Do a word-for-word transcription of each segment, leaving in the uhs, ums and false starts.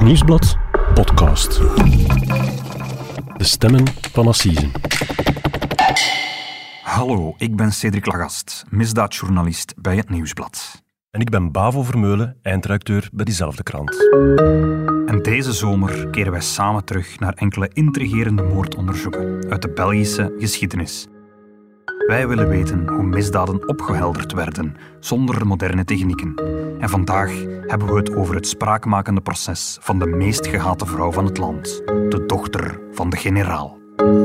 Nieuwsblad podcast. De stemmen van Assise. Hallo, ik ben Cedric Lagast, misdaadjournalist bij het Nieuwsblad. En ik ben Bavo Vermeulen, eindredacteur bij diezelfde krant. En deze zomer keren wij samen terug naar enkele intrigerende moordonderzoeken uit de Belgische geschiedenis. Wij willen weten hoe misdaden opgehelderd werden zonder moderne technieken. En vandaag hebben we het over het spraakmakende proces van de meest gehate vrouw van het land, de dochter van de generaal.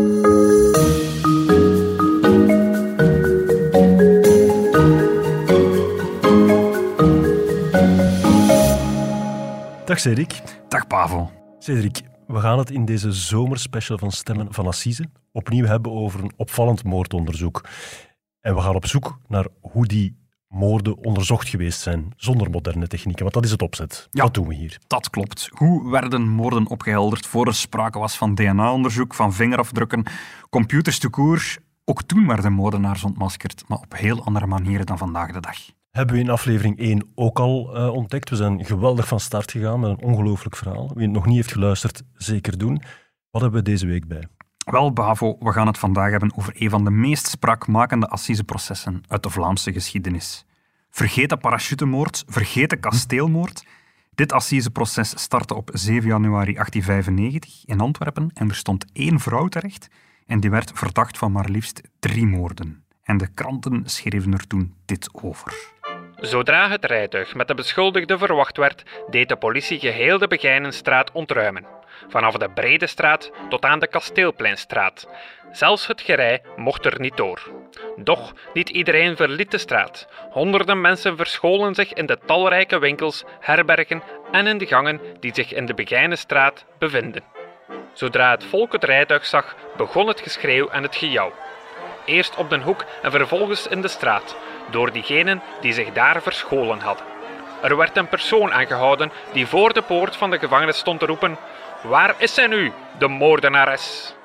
Dag Cedric. Dag Pavo. Cedric, we gaan het in deze zomerspecial van Stemmen van Assise opnieuw hebben over een opvallend moordonderzoek. En we gaan op zoek naar hoe die moorden onderzocht geweest zijn zonder moderne technieken, want dat is het opzet. Ja, Wat doen we hier? Dat klopt. Hoe werden moorden opgehelderd voor er sprake was van D N A-onderzoek, van vingerafdrukken, computers te koer? Ook toen werden moordenaars ontmaskerd, maar op heel andere manieren dan vandaag de dag. Hebben we in aflevering één ook al uh, ontdekt. We zijn geweldig van start gegaan met een ongelooflijk verhaal. Wie het nog niet heeft geluisterd, zeker doen. Wat hebben we deze week bij? Wel, Bavo, we gaan het vandaag hebben over een van de meest spraakmakende assiseprocessen uit de Vlaamse geschiedenis. Vergeet de parachutemoord, vergeet de kasteelmoord. Dit assiseproces startte op zeven januari achttien vijfennegentig in Antwerpen en er stond één vrouw terecht en die werd verdacht van maar liefst drie moorden. En de kranten schreven er toen dit over. Zodra het rijtuig met de beschuldigde verwacht werd, deed de politie geheel de Begijnenstraat ontruimen. Vanaf de Brede Straat tot aan de Kasteelpleinstraat. Zelfs het gerei mocht er niet door. Doch niet iedereen verliet de straat. Honderden mensen verscholen zich in de talrijke winkels, herbergen en in de gangen die zich in de Begijnenstraat bevinden. Zodra het volk het rijtuig zag, begon het geschreeuw en het gejouw. Eerst op den hoek en vervolgens in de straat, door diegenen die zich daar verscholen hadden. Er werd een persoon aangehouden die voor de poort van de gevangenis stond te roepen: "Waar is zij nu, de moordenares?"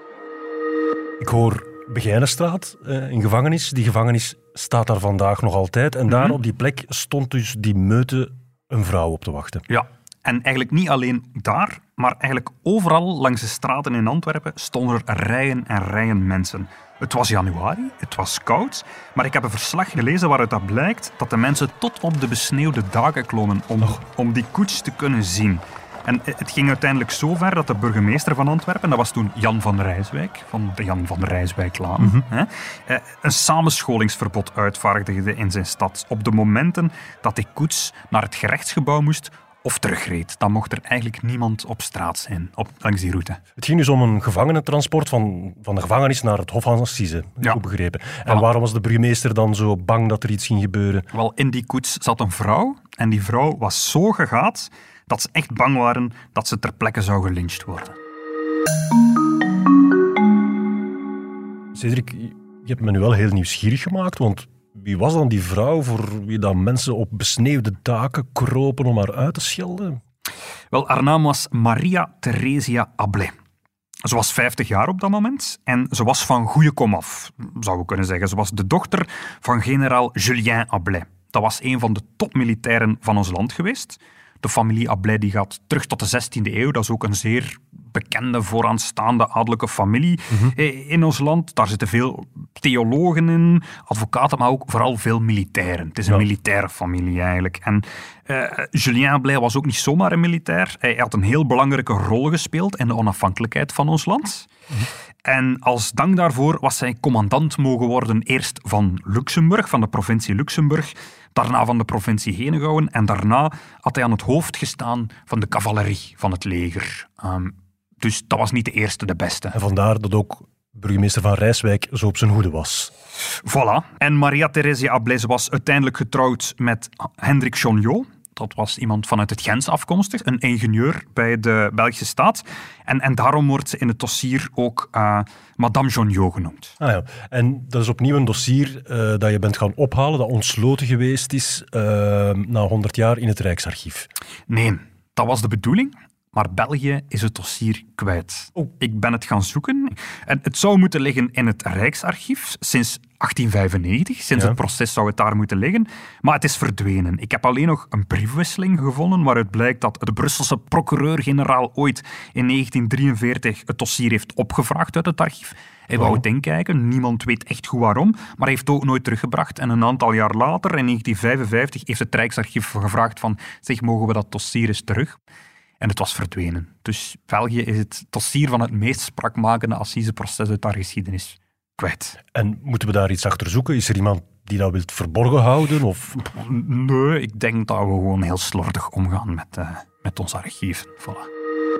Ik hoor Begijnenstraat, uh, een gevangenis. Die gevangenis staat daar vandaag nog altijd. En daar Mm-hmm. op die plek stond dus die meute een vrouw op te wachten. Ja, en eigenlijk niet alleen daar, maar eigenlijk overal langs de straten in Antwerpen stonden er rijen en rijen mensen. Het was januari, het was koud, maar ik heb een verslag gelezen waaruit dat blijkt dat de mensen tot op de besneeuwde daken klommen om, om die koets te kunnen zien. En het ging uiteindelijk zo ver dat de burgemeester van Antwerpen, dat was toen Jan van Rijswijk, van de Jan van Rijswijklaan, mm-hmm. hè, een samenscholingsverbod uitvaardigde in zijn stad. Op de momenten dat die koets naar het gerechtsgebouw moest of terugreed, dan mocht er eigenlijk niemand op straat zijn, op, langs die route. Het ging dus om een gevangenentransport van, van de gevangenis naar het Hof van Assise, Ja. goed begrepen. En Voilà. waarom was de burgemeester dan zo bang dat er iets ging gebeuren? Wel, in die koets zat een vrouw en die vrouw was zo gegaat dat ze echt bang waren dat ze ter plekke zou gelyncht worden. Cedric, je hebt me nu wel heel nieuwsgierig gemaakt, want wie was dan die vrouw voor wie dan mensen op besneeuwde daken kropen om haar uit te schelden? Wel, haar naam was Maria Theresia Ablay. Ze was vijftig jaar op dat moment en ze was van goede komaf, zou we kunnen zeggen. Ze was de dochter van generaal Julien Ablay. Dat was een van de topmilitairen van ons land geweest. De familie Ablay die gaat terug tot de zestiende eeuw. Dat is ook een zeer bekende, vooraanstaande adellijke familie mm-hmm. in ons land. Daar zitten veel theologen in, advocaten, maar ook vooral veel militairen. Het is een ja. militaire familie eigenlijk. En uh, Julien Ablay was ook niet zomaar een militair. Hij had een heel belangrijke rol gespeeld in de onafhankelijkheid van ons land. Mm-hmm. En als dank daarvoor was hij commandant mogen worden eerst van Luxemburg, van de provincie Luxemburg, daarna van de provincie Henegouwen en daarna had hij aan het hoofd gestaan van de cavalerie van het leger. Um, dus dat was niet de eerste, de beste. En vandaar dat ook burgemeester van Rijswijk zo op zijn hoede was. Voilà. En Maria Theresia Ablay was uiteindelijk getrouwd met Hendrik Jonniot. Dat was iemand vanuit het Gens afkomstig, een ingenieur bij de Belgische staat. En, en daarom wordt ze in het dossier ook uh, Madame Jonniot genoemd. Ah ja. En dat is opnieuw een dossier uh, dat je bent gaan ophalen, dat ontsloten geweest is uh, na honderd jaar in het Rijksarchief. Nee, dat was de bedoeling. Maar België is het dossier kwijt. Oh. Ik ben het gaan zoeken. En het zou moeten liggen in het Rijksarchief. Sinds achttien vijfennegentig. Sinds Ja. het proces zou het daar moeten liggen. Maar het is verdwenen. Ik heb alleen nog een briefwisseling gevonden waaruit blijkt dat de Brusselse procureur-generaal ooit in negentien drieënveertig het dossier heeft opgevraagd uit het archief. Hij wou het inkijken, niemand weet echt goed waarom, maar hij heeft het ook nooit teruggebracht. En een aantal jaar later, in negentien vijfenvijftig, heeft het Rijksarchief gevraagd van zeg, mogen we dat dossier eens terug? En het was verdwenen. Dus België is het dossier van het meest spraakmakende assiseproces uit haar geschiedenis kwijt. En moeten we daar iets achter zoeken? Is er iemand die dat wil verborgen houden? Of... Nee, ik denk dat we gewoon heel slordig omgaan met, uh, met ons archief. Voilà.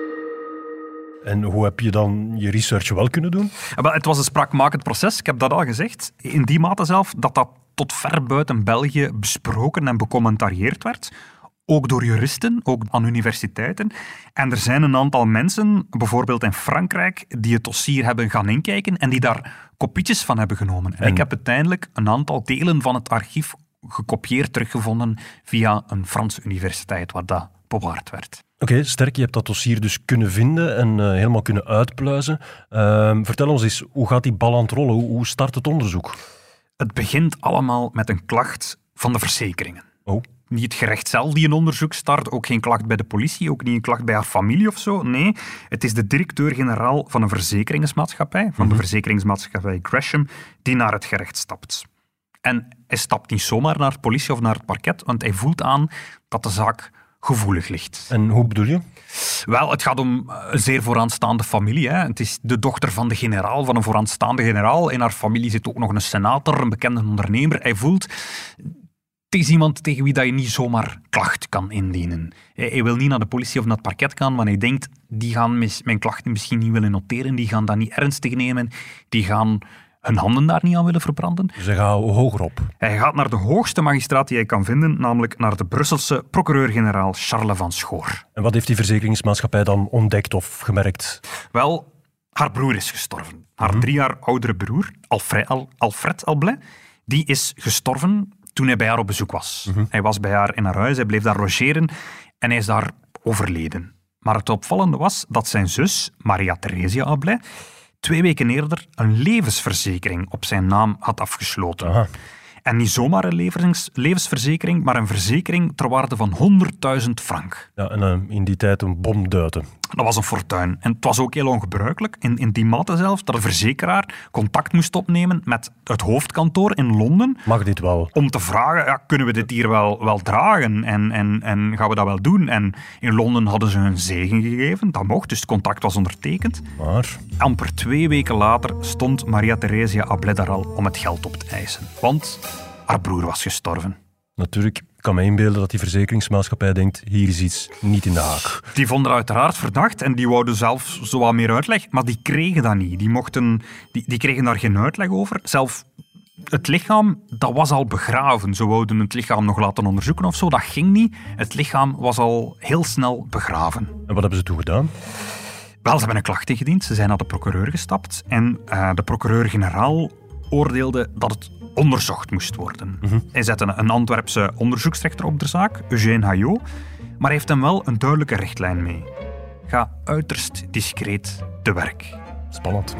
En hoe heb je dan je research wel kunnen doen? Wel, het was een spraakmakend proces, ik heb dat al gezegd. In die mate zelf dat dat tot ver buiten België besproken en becommentarieerd werd. Ook door juristen, ook aan universiteiten. En er zijn een aantal mensen, bijvoorbeeld in Frankrijk, die het dossier hebben gaan inkijken en die daar kopietjes van hebben genomen. En, en ik heb uiteindelijk een aantal delen van het archief gekopieerd teruggevonden via een Franse universiteit waar dat bewaard werd. Oké, okay, sterk. Je hebt dat dossier dus kunnen vinden en uh, helemaal kunnen uitpluizen. Uh, vertel ons eens, hoe gaat die bal aan het rollen? Hoe, hoe start het onderzoek? Het begint allemaal met een klacht van de verzekeringen. Oh. Niet het gerecht zelf die een onderzoek start, ook geen klacht bij de politie, ook niet een klacht bij haar familie of zo. Nee, het is de directeur-generaal van een verzekeringsmaatschappij, van mm-hmm. de verzekeringsmaatschappij Gresham, die naar het gerecht stapt. En hij stapt niet zomaar naar de politie of naar het parket, want hij voelt aan dat de zaak gevoelig ligt. En hoe bedoel je? Wel, het gaat om een zeer vooraanstaande familie. Hè. Het is de dochter van de generaal, van een vooraanstaande generaal. In haar familie zit ook nog een senator, een bekende ondernemer. Hij voelt... Het is iemand tegen wie dat je niet zomaar klacht kan indienen. Hij wil niet naar de politie of naar het parket gaan, want hij denkt, die gaan mijn klachten misschien niet willen noteren, die gaan dat niet ernstig nemen, die gaan hun handen daar niet aan willen verbranden. Dus hij gaat hoger op. Hij gaat naar de hoogste magistraat die hij kan vinden, namelijk naar de Brusselse procureur-generaal Charles van Schoor. En wat heeft die verzekeringsmaatschappij dan ontdekt of gemerkt? Wel, haar broer is gestorven. Haar mm-hmm. drie jaar oudere broer, Alfred, Al- Alfred Alblay, die is gestorven toen hij bij haar op bezoek was. Mm-hmm. Hij was bij haar in haar huis, hij bleef daar logeren en hij is daar overleden. Maar het opvallende was dat zijn zus, Maria Theresia Alblay, twee weken eerder een levensverzekering op zijn naam had afgesloten. Aha. En niet zomaar een levens, levensverzekering, maar een verzekering ter waarde van honderdduizend frank. Ja, en uh, in die tijd een bomduiten. Dat was een fortuin. En het was ook heel ongebruikelijk, in, in die mate zelf, dat een verzekeraar contact moest opnemen met het hoofdkantoor in Londen. Mag dit wel? Om te vragen, ja, kunnen we dit hier wel, wel dragen en, en, en gaan we dat wel doen? En in Londen hadden ze hun zegen gegeven, dat mocht, dus het contact was ondertekend. Maar... Amper twee weken later stond Maria Theresia Alblay daar al om het geld op te eisen. Want haar broer was gestorven. Natuurlijk, ik kan me inbeelden dat die verzekeringsmaatschappij denkt, hier is iets niet in de haak. Die vonden haar uiteraard verdacht en die wouden zelf zo wat meer uitleg, maar die kregen dat niet. Die, mochten, die, die kregen daar geen uitleg over. Zelf het lichaam, dat was al begraven. Ze wouden het lichaam nog laten onderzoeken of zo, dat ging niet. Het lichaam was al heel snel begraven. En wat hebben ze toen gedaan? Wel, ze hebben een klacht ingediend. Ze zijn naar de procureur gestapt en uh, de procureur-generaal oordeelde dat het onderzocht moest worden. Mm-hmm. Hij zette een Antwerpse onderzoeksrechter op de zaak, Eugène Hayot, maar hij heeft hem wel een duidelijke richtlijn mee. Ga uiterst discreet te werk. Spannend.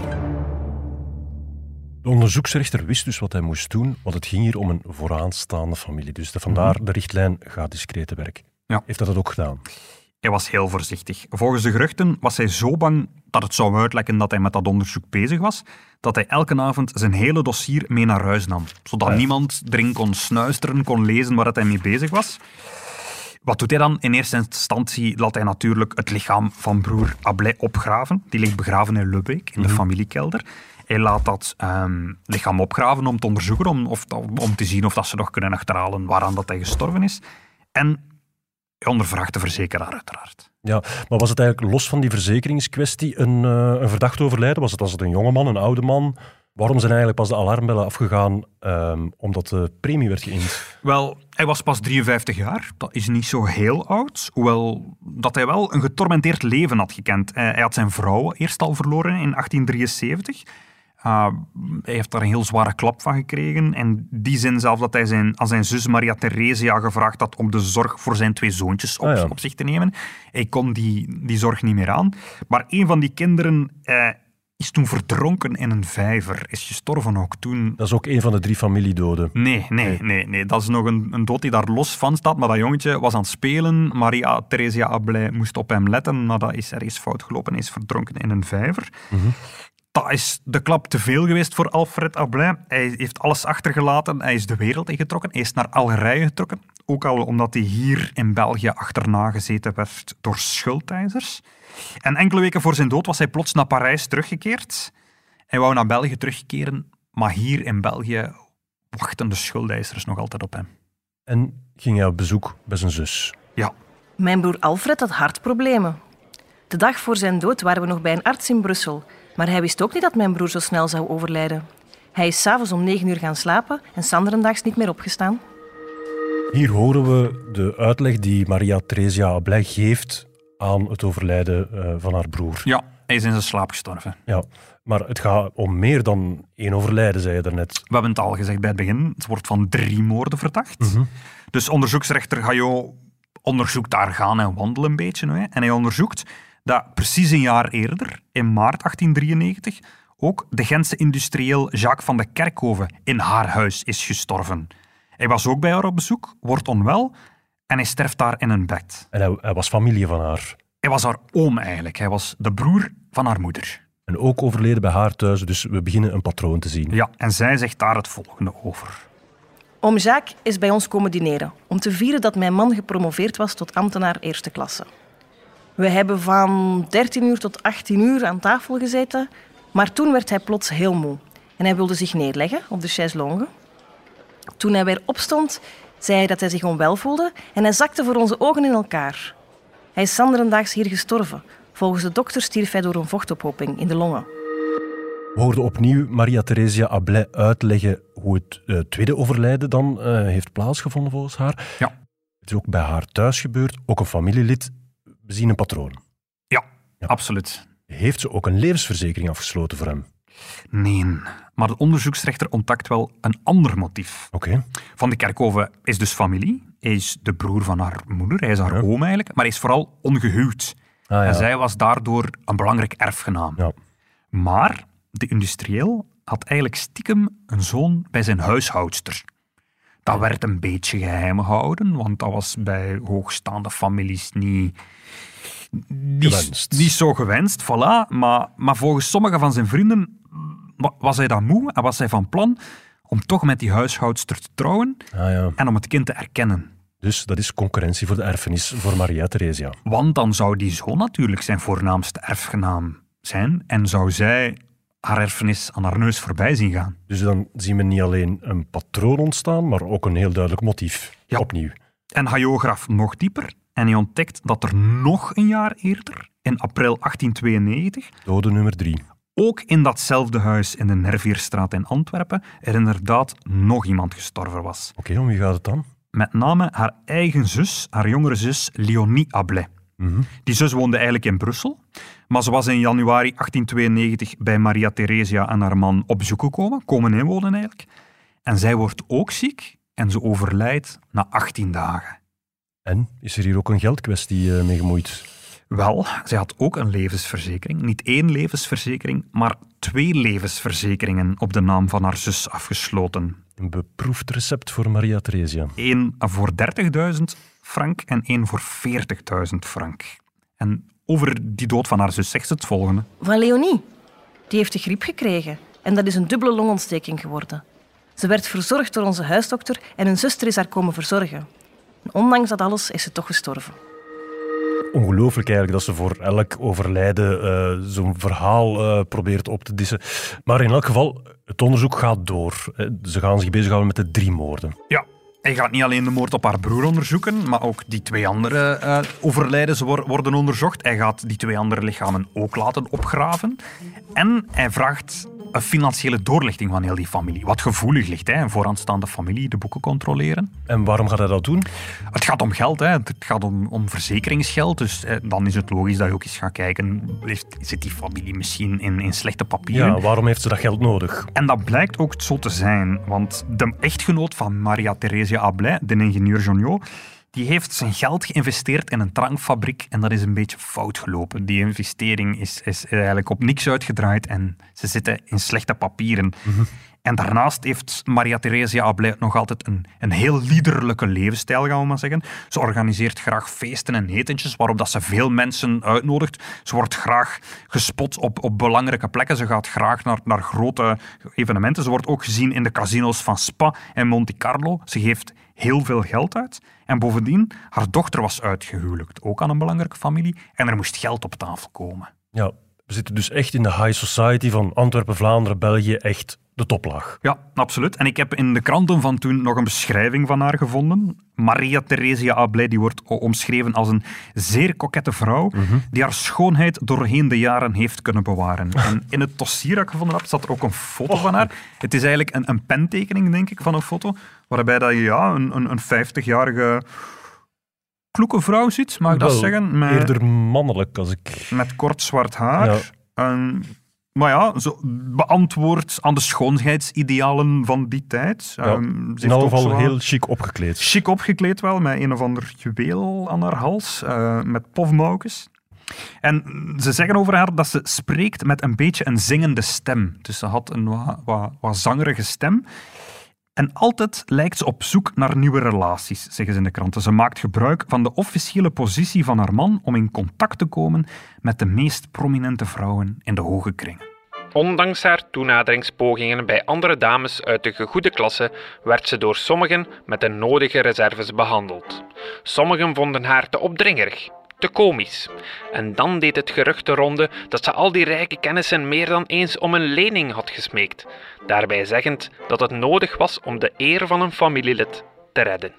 De onderzoeksrechter wist dus wat hij moest doen, want het ging hier om een vooraanstaande familie. Dus de, vandaar de richtlijn, ga discreet te werk. Ja. Heeft hij dat ook gedaan? Hij was heel voorzichtig. Volgens de geruchten was hij zo bang dat het zou uitlekken dat hij met dat onderzoek bezig was, dat hij elke avond zijn hele dossier mee naar huis nam. Zodat ja. niemand erin kon snuisteren, kon lezen waar hij mee bezig was. Wat doet hij dan? In eerste instantie laat hij natuurlijk het lichaam van broer Alblay opgraven. Die ligt begraven in Lubbeek, in de mm-hmm. familiekelder. Hij laat dat um, lichaam opgraven om te onderzoeken, om, of, om te zien of dat ze nog kunnen achterhalen waaraan dat hij gestorven is. En hij ondervraagt de verzekeraar uiteraard. Ja, maar was het eigenlijk los van die verzekeringskwestie een, uh, een verdacht overlijden? Was het, was het een jonge man, een oude man? Waarom zijn eigenlijk pas de alarmbellen afgegaan um, omdat de premie werd geïnd? Wel, hij was pas drieënvijftig jaar. Dat is niet zo heel oud. Hoewel dat hij wel een getormenteerd leven had gekend. Hij had zijn vrouw eerst al verloren in achttien drieënzeventig. Uh, hij heeft daar een heel zware klap van gekregen. In die zin zelf dat hij zijn, aan zijn zus Maria Theresia gevraagd had om de zorg voor zijn twee zoontjes op, ah, ja. op zich te nemen. Hij kon die, die zorg niet meer aan. Maar een van die kinderen uh, is toen verdronken in een vijver. Is gestorven ook toen. Dat is ook een van de drie familiedoden. Nee, nee, nee, nee. Dat is nog een, een dood die daar los van staat. Maar dat jongetje was aan het spelen. Maria Theresia Ablay moest op hem letten, maar dat is ergens fout gelopen. Hij is verdronken in een vijver. Mm-hmm. Dat is de klap te veel geweest voor Alfred Ablay. Hij heeft alles achtergelaten. Hij is de wereld ingetrokken. Hij is naar Algerije getrokken. Ook al omdat hij hier in België achterna gezeten werd door schuldeisers. En enkele weken voor zijn dood was hij plots naar Parijs teruggekeerd. Hij wou naar België terugkeren, maar hier in België wachten de schuldeisers nog altijd op hem. En ging hij op bezoek bij zijn zus? Ja. Mijn broer Alfred had hartproblemen. De dag voor zijn dood waren we nog bij een arts in Brussel. Maar hij wist ook niet dat mijn broer zo snel zou overlijden. Hij is 's avonds om negen uur gaan slapen en 's anderendags niet meer opgestaan. Hier horen we de uitleg die Maria Theresia Ablay geeft aan het overlijden uh, van haar broer. Ja, hij is in zijn slaap gestorven. Ja, maar het gaat om meer dan één overlijden, zei je daarnet. We hebben het al gezegd bij het begin. Het wordt van drie moorden verdacht. Mm-hmm. Dus onderzoeksrechter Gayot onderzoekt daar gaan en wandelen een beetje. Hè? En hij onderzoekt dat precies een jaar eerder, in maart achttien drieënnegentig, ook de Gentse industrieel Jacques van de Kerkhoven in haar huis is gestorven. Hij was ook bij haar op bezoek, wordt onwel en hij sterft daar in een bed. En hij, hij was familie van haar? Hij was haar oom eigenlijk. Hij was de broer van haar moeder. En ook overleden bij haar thuis, dus we beginnen een patroon te zien. Ja, en zij zegt daar het volgende over. Oom Jacques is bij ons komen dineren om te vieren dat mijn man gepromoveerd was tot ambtenaar eerste klasse. We hebben van dertien uur tot achttien uur aan tafel gezeten, maar toen werd hij plots heel moe. En hij wilde zich neerleggen op de chaiselongue. Toen hij weer opstond, zei hij dat hij zich onwel voelde en hij zakte voor onze ogen in elkaar. Hij is anderendaags hier gestorven. Volgens de dokter stierf hij door een vochtophoping in de longen. We hoorden opnieuw Maria Theresia Ablay uitleggen hoe het uh, tweede overlijden dan uh, heeft plaatsgevonden volgens haar. Ja. Het is ook bij haar thuis gebeurd, ook een familielid. We zien een patroon. Ja, ja, absoluut. Heeft ze ook een levensverzekering afgesloten voor hem? Nee, maar de onderzoeksrechter ontdekt wel een ander motief. Okay. Van de Kerkhoven is dus familie. Hij is de broer van haar moeder, hij is haar ja. oom eigenlijk, maar hij is vooral ongehuwd. Ah, ja. En zij was daardoor een belangrijk erfgenaam. Ja. Maar de industrieel had eigenlijk stiekem een zoon bij zijn huishoudster. Dat werd een beetje geheim gehouden, want dat was bij hoogstaande families niet, niet, niet zo gewenst. Voilà. Maar, maar volgens sommige van zijn vrienden was hij dan moe en was hij van plan om toch met die huishoudster te trouwen ah, ja. en om het kind te erkennen. Dus dat is concurrentie voor de erfenis voor Maria Theresia. Want dan zou die zoon natuurlijk zijn voornaamste erfgenaam zijn en zou zij haar erfenis aan haar neus voorbij zien gaan. Dus dan zien we niet alleen een patroon ontstaan, maar ook een heel duidelijk motief. Ja. Opnieuw. En Gayot graaft nog dieper en hij ontdekt dat er nog een jaar eerder, in april achttien tweeënnegentig... Dode nummer drie. Ook in datzelfde huis in de Nervierstraat in Antwerpen er inderdaad nog iemand gestorven was. Oké, okay, om wie gaat het dan? Met name haar eigen zus, haar jongere zus Léonie Ablay. Mm-hmm. Die zus woonde eigenlijk in Brussel, maar ze was in januari achttien tweeënnegentig bij Maria Theresia en haar man op bezoek gekomen, komen inwonen eigenlijk. En zij wordt ook ziek en ze overlijdt na achttien dagen. En is er hier ook een geldkwestie uh, mee gemoeid? Wel, zij had ook een levensverzekering. Niet één levensverzekering, maar twee levensverzekeringen op de naam van haar zus afgesloten. Een beproefd recept voor Maria Theresia. Eén voor dertigduizend frank en één voor veertigduizend frank. En over die dood van haar zus zegt ze het volgende. Van Léonie. Die heeft de griep gekregen en dat is een dubbele longontsteking geworden. Ze werd verzorgd door onze huisdokter en een zuster is haar komen verzorgen. En ondanks dat alles is ze toch gestorven. Ongelooflijk eigenlijk dat ze voor elk overlijden uh, zo'n verhaal uh, probeert op te dissen. Maar in elk geval, het onderzoek gaat door. Ze gaan zich bezighouden met de drie moorden. Ja, hij gaat niet alleen de moord op haar broer onderzoeken, maar ook die twee andere uh, overlijdens worden onderzocht. Hij gaat die twee andere lichamen ook laten opgraven. En hij vraagt een financiële doorlichting van heel die familie. Wat gevoelig ligt, hè? Een vooraanstaande familie, de boeken controleren. En waarom gaat hij dat doen? Het gaat om geld, hè? Het gaat om, om verzekeringsgeld. Dus eh, dan is het logisch dat je ook eens gaat kijken, heeft, zit die familie misschien in, in slechte papieren? Ja, waarom heeft ze dat geld nodig? En dat blijkt ook zo te zijn, want de echtgenoot van Maria Theresia Ablay, de ingenieur Jonniot, die heeft zijn geld geïnvesteerd in een drankfabriek en dat is een beetje fout gelopen. Die investering is, is eigenlijk op niks uitgedraaid en ze zitten in slechte papieren. Mm-hmm. En daarnaast heeft Maria Theresia Ablay nog altijd een, een heel liederlijke levensstijl, gaan we maar zeggen. Ze organiseert graag feesten en etentjes waarop dat ze veel mensen uitnodigt. Ze wordt graag gespot op, op belangrijke plekken. Ze gaat graag naar, naar grote evenementen. Ze wordt ook gezien in de casino's van Spa en Monte Carlo. Ze geeft heel veel geld uit. En bovendien, haar dochter was uitgehuwelijkt, ook aan een belangrijke familie. En er moest geld op tafel komen. Ja, we zitten dus echt in de high society van Antwerpen, Vlaanderen, België, echt de toplaag. Ja, absoluut. En ik heb in de kranten van toen nog een beschrijving van haar gevonden. Maria Theresia Ablay, die wordt omschreven als een zeer kokette vrouw, mm-hmm. die haar schoonheid doorheen de jaren heeft kunnen bewaren. En in het dossier dat ik gevonden heb, staat er ook een foto oh. van haar. Het is eigenlijk een, een pentekening, denk ik, van een foto, waarbij dat je ja, een, een, een vijftigjarige kloeke vrouw ziet, mag ik Wel, dat zeggen? Met, eerder mannelijk, als ik... Met kort zwart haar. Ja. En, maar ja, zo beantwoord aan de schoonheidsidealen van die tijd. Ja, um, in elk geval heel chic opgekleed. Chic opgekleed wel, met een of ander juweel aan haar hals, uh, met pofmouwkes. En ze zeggen over haar dat ze spreekt met een beetje een zingende stem. Dus ze had een wat, wat, wat zangerige stem. En altijd lijkt ze op zoek naar nieuwe relaties, zeggen ze in de kranten. Ze maakt gebruik van de officiële positie van haar man om in contact te komen met de meest prominente vrouwen in de hoge kringen. Ondanks haar toenaderingspogingen bij andere dames uit de gegoede klasse werd ze door sommigen met de nodige reserves behandeld. Sommigen vonden haar te opdringerig, te komisch. En dan deed het gerucht de ronde dat ze al die rijke kennissen meer dan eens om een lening had gesmeekt, daarbij zeggend dat het nodig was om de eer van een familielid te redden.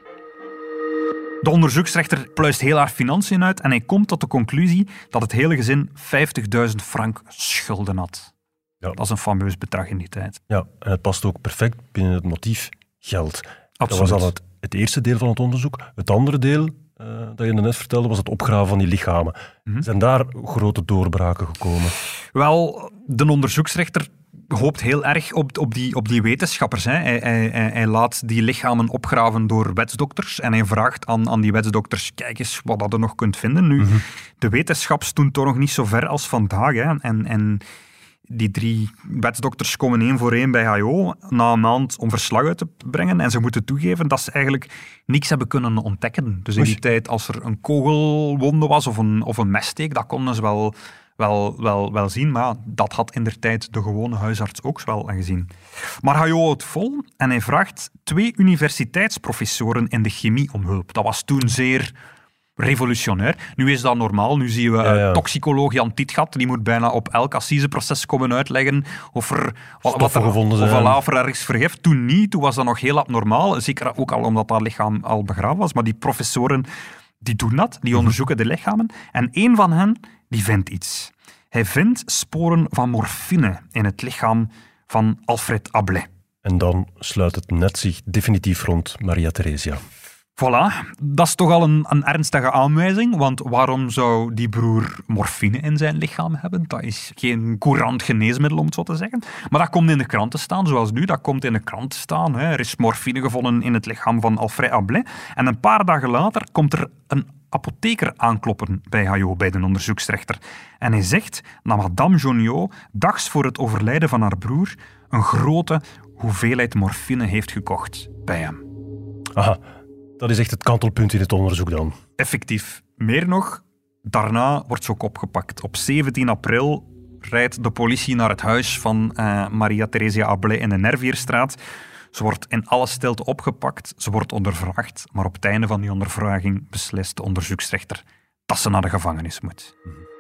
De onderzoeksrechter pluist heel haar financiën uit en hij komt tot de conclusie dat het hele gezin vijftigduizend frank schulden had. Ja. Dat is een fameus bedrag in die tijd. Ja, en het past ook perfect binnen het motief geld. Absoluut. Dat was al het, het eerste deel van het onderzoek. Het andere deel, uh, dat je net vertelde, was het opgraven van die lichamen. Mm-hmm. Zijn daar grote doorbraken gekomen? Wel, de onderzoeksrechter hoopt heel erg op, op, die, op die wetenschappers. Hè. Hij, hij, hij laat die lichamen opgraven door wetsdokters en hij vraagt aan, aan die wetsdokters, kijk eens wat dat je nog kunt vinden. Nu, mm-hmm. de wetenschap stond toch nog niet zo ver als vandaag. Hè. En, en die drie wetsdokters komen één voor één bij H I O na een maand om verslag uit te brengen en ze moeten toegeven dat ze eigenlijk niks hebben kunnen ontdekken. Dus in die tijd, als er een kogelwonde was of een, of een messteek, dat konden ze wel... Wel, wel, wel zien, maar dat had indertijd de gewone huisarts ook wel gezien. Maar H I O houdt vol en hij vraagt twee universiteitsprofessoren in de chemie om hulp. Dat was toen zeer revolutionair. Nu is dat normaal. Nu zien we ja, ja. toxicoloog Jan Tietgat, die moet bijna op elk assiseproces komen uitleggen of er wat, wat er, gevonden zijn. Of een laver ergens vergeft. Toen niet, toen was dat nog heel abnormaal. Zeker ook al omdat dat lichaam al begraven was. Maar die professoren die doen dat, die onderzoeken de lichamen. En één van hen die vindt iets. Hij vindt sporen van morfine in het lichaam van Alfred Ablay. En dan sluit het net zich definitief rond Maria Theresia. Voilà, dat is toch al een, een ernstige aanwijzing, want waarom zou die broer morfine in zijn lichaam hebben? Dat is geen courant geneesmiddel, om het zo te zeggen. Maar dat komt in de krant te staan, zoals nu, dat komt in de krant te staan. Hè. Er is morfine gevonden in het lichaam van Alfred Ablay. En een paar dagen later komt er een apotheker aankloppen bij H I O, bij de onderzoeksrechter. En hij zegt dat madame Joniot dags voor het overlijden van haar broer een grote hoeveelheid morfine heeft gekocht bij hem. Aha. Dat is echt het kantelpunt in het onderzoek dan. Effectief. Meer nog, daarna wordt ze ook opgepakt. Op zeventien april rijdt de politie naar het huis van uh, Maria Theresia Ablay in de Nervierstraat. Ze wordt in alle stilte opgepakt, ze wordt ondervraagd, maar op het einde van die ondervraging beslist de onderzoeksrechter dat ze naar de gevangenis moet.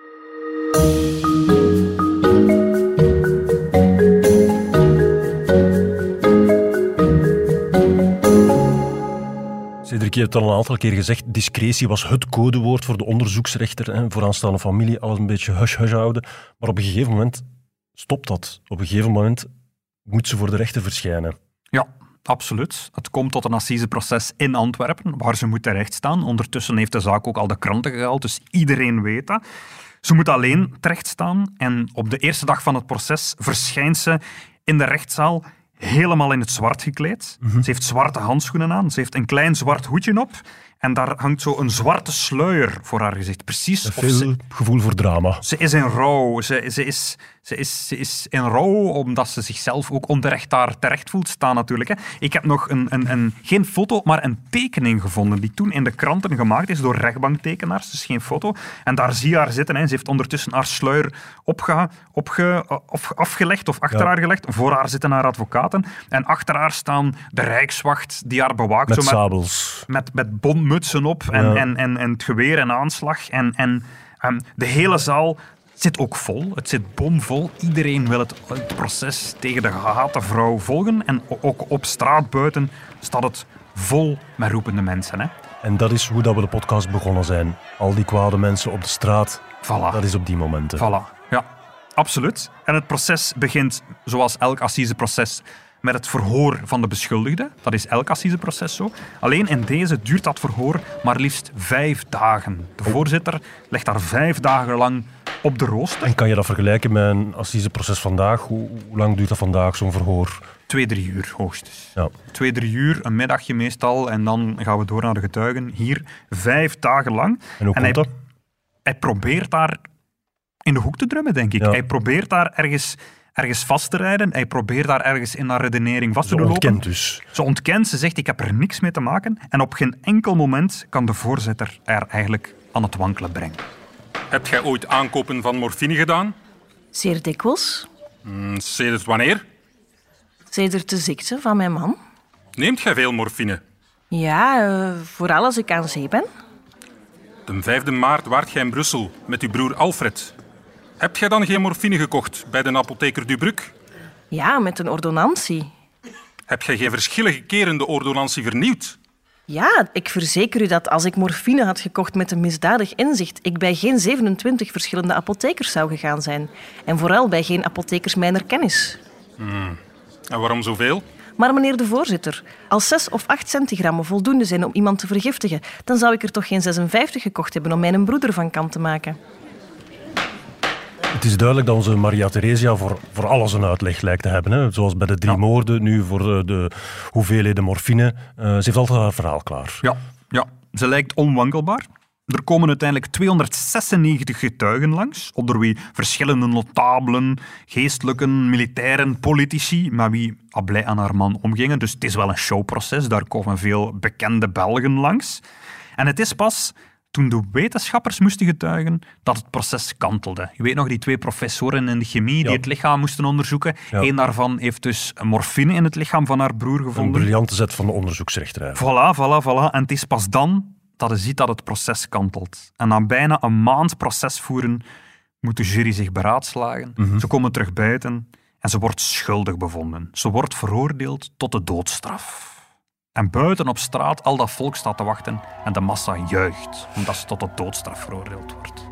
Cedric, je hebt al een aantal keer gezegd, discretie was het codewoord voor de onderzoeksrechter, hè, vooraanstaande familie, alles een beetje hush-hush houden. Maar op een gegeven moment stopt dat. Op een gegeven moment moet ze voor de rechter verschijnen. Ja, absoluut. Het komt tot een assiseproces in Antwerpen, waar ze moet terecht staan. Ondertussen heeft de zaak ook al de kranten gehaald, dus iedereen weet dat. Ze moet alleen terecht staan en op de eerste dag van het proces verschijnt ze in de rechtszaal helemaal in het zwart gekleed. Mm-hmm. Ze heeft zwarte handschoenen aan, ze heeft een klein zwart hoedje op En daar hangt zo een zwarte sluier voor haar gezicht. Precies. Of Veel ze, gevoel voor drama. ze is in rouw. Ze, ze, is, ze, is, ze is in rouw omdat ze zichzelf ook onterecht daar terecht voelt staan natuurlijk. Hè. Ik heb nog een, een, een, geen foto, maar een tekening gevonden die toen in de kranten gemaakt is door rechtbanktekenaars. Dus geen foto. En daar zie je haar zitten. Hè. Ze heeft ondertussen haar sluier opge, opge, of afgelegd of achter ja. haar gelegd. Voor haar zitten haar advocaten. En achter haar staan de Rijkswacht die haar bewaakt. Met zo met, sabels. met, met bondmutsen op en, Ja. en, en, en het geweer en aanslag. En, en um, de hele zaal zit ook vol. Het zit bomvol. Iedereen wil het, het proces tegen de gehate vrouw volgen. En ook op straat buiten staat het vol met roepende mensen. Hè. En dat is hoe dat we de podcast begonnen zijn. Al die kwade mensen op de straat, Voilà. dat is op die momenten. Voilà. Ja, absoluut. En het proces begint, zoals elk assiseproces, met het verhoor van de beschuldigde. Dat is elk assiseproces zo. Alleen in deze duurt dat verhoor maar liefst vijf dagen. De voorzitter legt daar vijf dagen lang op de rooster. En kan je dat vergelijken met een assiseproces vandaag? Hoe, hoe lang duurt dat vandaag, zo'n verhoor? Twee, drie uur hoogstens. Ja. Twee, drie uur, een middagje meestal. En dan gaan we door naar de getuigen. Hier vijf dagen lang. En hoe En komt hij, dat? hij probeert daar in de hoek te drummen, denk ik. Ja. Hij probeert daar ergens... ergens vast te rijden. Hij probeert daar ergens in haar redenering vast Ze te lopen. ontkent dus. Ze ontkent, ze zegt ik heb er niks mee te maken. En op geen enkel moment kan de voorzitter haar eigenlijk aan het wankelen brengen. Heb jij ooit aankopen van morfine gedaan? Zeer dikwijls. Hmm, sedert wanneer? Sedert de ziekte van mijn man. Neemt jij veel morfine? Ja, uh, vooral als ik aan zee ben. De vijfde maart waart jij in Brussel met uw broer Alfred. Heb jij dan geen morfine gekocht bij de apotheker Dubruc? Ja, met een ordonnantie. Heb jij geen verschillende keren de ordonnantie vernieuwd? Ja, ik verzeker u dat als ik morfine had gekocht met een misdadig inzicht, ik bij geen zevenentwintig verschillende apothekers zou gegaan zijn. En vooral bij geen apothekers mijner kennis. Hmm. En waarom zoveel? Maar meneer de voorzitter, als zes of acht centigrammen voldoende zijn om iemand te vergiftigen, dan zou ik er toch geen zesenvijftig gekocht hebben om mijn broeder van kant te maken. Het is duidelijk dat onze Maria Theresia voor, voor alles een uitleg lijkt te hebben. Hè? Zoals bij de drie Ja. moorden, nu voor de, de hoeveelheden morfine. Uh, ze heeft altijd haar verhaal klaar. Ja, ja, ze lijkt onwankelbaar. Er komen uiteindelijk tweehonderdzesennegentig getuigen langs, onder wie verschillende notabelen, geestelijken, militairen, politici, met wie Ablay en haar man omgingen. Dus het is wel een showproces, daar komen veel bekende Belgen langs. En het is pas toen de wetenschappers moesten getuigen dat het proces kantelde. Je weet nog, die twee professoren in de chemie die Ja. het lichaam moesten onderzoeken. Ja. Eén daarvan heeft dus morfine in het lichaam van haar broer Een gevonden. briljante zet van de onderzoeksrechter. Voilà, voilà, voilà. En het is pas dan dat je ziet dat het proces kantelt. En na bijna een maand proces voeren, moet de jury zich beraadslagen. Mhm. Ze komen terug buiten en ze wordt schuldig bevonden. Ze wordt veroordeeld tot de doodstraf. En buiten op straat, al dat volk staat te wachten en de massa juicht, omdat ze tot de doodstraf veroordeeld wordt.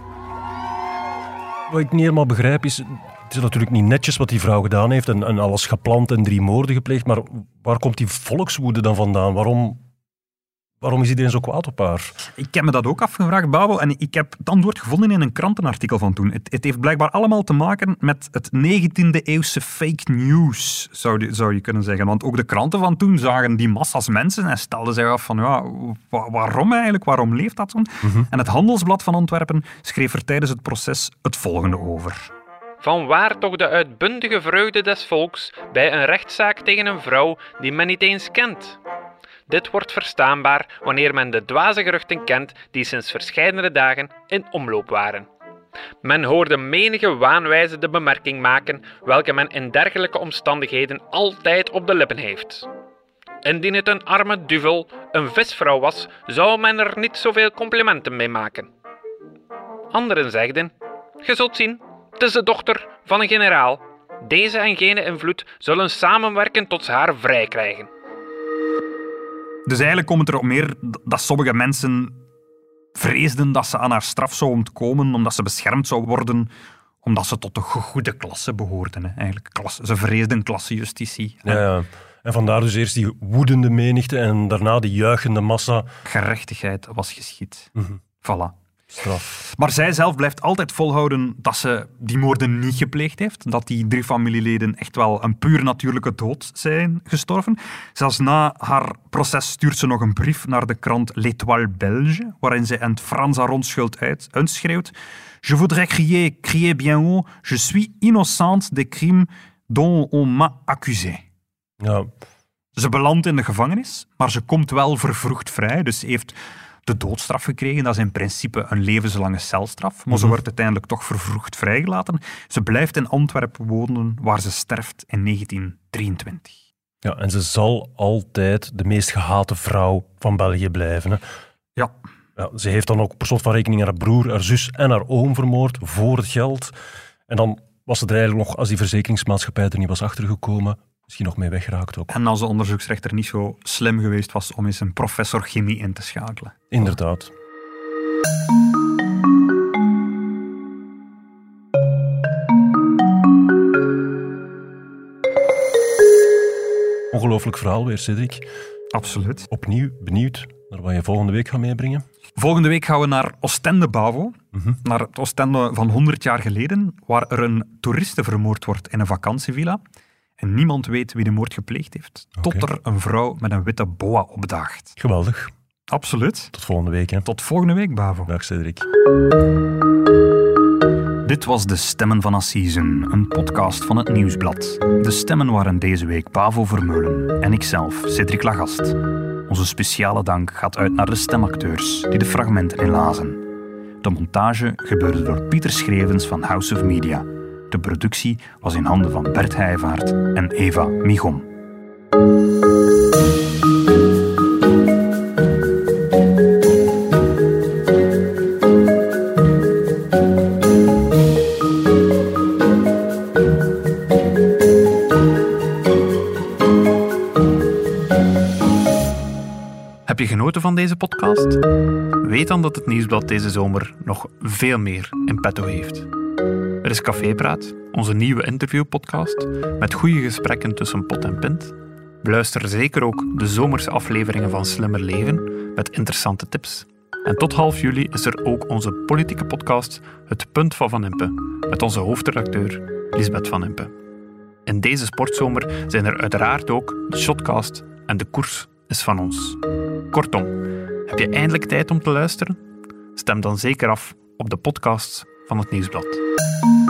Wat ik niet helemaal begrijp is, het is natuurlijk niet netjes wat die vrouw gedaan heeft en, en alles gepland en drie moorden gepleegd, maar waar komt die volkswoede dan vandaan? Waarom, waarom is iedereen zo kwaad op haar? Ik heb me dat ook afgevraagd, Babel, en ik heb het antwoord gevonden in een krantenartikel van toen. Het, het heeft blijkbaar allemaal te maken met het negentiende-eeuwse fake news, zou je, zou je kunnen zeggen. Want ook de kranten van toen zagen die massa's mensen en stelden zich af van, ja, wa- waarom eigenlijk? Waarom leeft dat zo? Mhm. En het Handelsblad van Antwerpen schreef er tijdens het proces het volgende over. Vanwaar toch de uitbundige vreugde des volks bij een rechtszaak tegen een vrouw die men niet eens kent? Dit wordt verstaanbaar wanneer men de dwaze geruchten kent die sinds verscheidene dagen in omloop waren. Men hoorde menige waanwijze de bemerking maken welke men in dergelijke omstandigheden altijd op de lippen heeft. Indien het een arme duvel, een visvrouw was, zou men er niet zoveel complimenten mee maken. Anderen zegden, ge zult zien, het is de dochter van een generaal. Deze en gene invloed zullen samenwerken tot ze haar vrij krijgen. Dus eigenlijk komt het erop neer dat sommige mensen vreesden dat ze aan haar straf zou ontkomen, omdat ze beschermd zou worden, omdat ze tot de goede klasse behoorden. Hè. Eigenlijk, klasse, ze vreesden klassejustitie. Ja, ja. En vandaar dus eerst die woedende menigte en daarna die juichende massa. Gerechtigheid was geschied. Mhm. Voilà. straf. Maar zij zelf blijft altijd volhouden dat ze die moorden niet gepleegd heeft. Dat die drie familieleden echt wel een puur natuurlijke dood zijn gestorven. Zelfs na haar proces stuurt ze nog een brief naar de krant L'Étoile Belge, waarin zij in het Frans haar onschuld uit, uitschreeuwt. Je voudrais crier, crier bien haut, je suis innocente des crimes dont on m'a accusé. Ja. Ze belandt in de gevangenis, maar ze komt wel vervroegd vrij. Dus ze heeft de doodstraf gekregen. Dat is in principe een levenslange celstraf. Maar mm-hmm. ze wordt uiteindelijk toch vervroegd vrijgelaten. Ze blijft in Antwerpen wonen, waar ze sterft in negentien drieëntwintig. Ja, en ze zal altijd de meest gehate vrouw van België blijven. Hè. Ja. Ja. Ze heeft dan ook per slot van rekening haar broer, haar zus en haar oom vermoord voor het geld. En dan was ze er eigenlijk nog, als die verzekeringsmaatschappij er niet was achtergekomen, misschien nog mee weggeraakt ook. En als de onderzoeksrechter niet zo slim geweest was om eens een professor chemie in te schakelen. Inderdaad. Ongelooflijk verhaal weer, Cedric. Absoluut. Opnieuw benieuwd naar wat je volgende week gaat meebrengen. Volgende week gaan we naar Oostende, Bavo. Mm-hmm. Naar het Oostende van honderd jaar geleden, waar er een toeriste vermoord wordt in een vakantievilla. En niemand weet wie de moord gepleegd heeft. Okay. Tot er een vrouw met een witte boa opdaagt. Geweldig. Absoluut. Tot volgende week. Hè. Tot volgende week, Bavo. Dag, Cedric. Dit was De Stemmen van Assisen, een podcast van het Nieuwsblad. De stemmen waren deze week Bavo Vermeulen en ikzelf, Cedric Lagast. Onze speciale dank gaat uit naar de stemacteurs die de fragmenten inlazen. De montage gebeurde door Pieter Schrevens van House of Media. De productie was in handen van Bert Heijvaart en Eva Michom. Heb je genoten van deze podcast? Weet dan dat het Nieuwsblad deze zomer nog veel meer in petto heeft. Er is Cafépraat, onze nieuwe interviewpodcast, met goede gesprekken tussen pot en pint. Beluister zeker ook de zomerse afleveringen van Slimmer Leven, met interessante tips. En tot half juli is er ook onze politieke podcast Het Punt van Van Impe, met onze hoofdredacteur Lisbeth Van Impe. In deze sportzomer zijn er uiteraard ook de Shotcast en de Koers is van ons. Kortom, heb je eindelijk tijd om te luisteren? Stem dan zeker af op de podcasts van het Nieuwsblad.